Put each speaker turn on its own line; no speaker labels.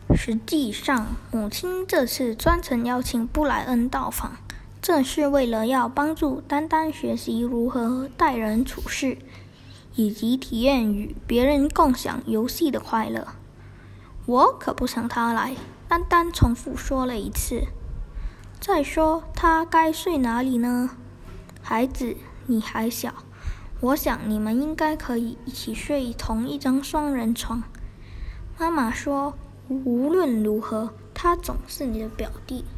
实际上，母亲这次专程邀请布莱恩到访，正是为了要帮助丹丹学习如何待人处事，以及体验与别人共享游戏的快乐。我可不想他来，丹丹重复说了一次。再说，他该睡哪里呢？孩子，你还小，我想你们应该可以一起睡同一张双人床。妈妈说，无论如何，他总是你的表弟。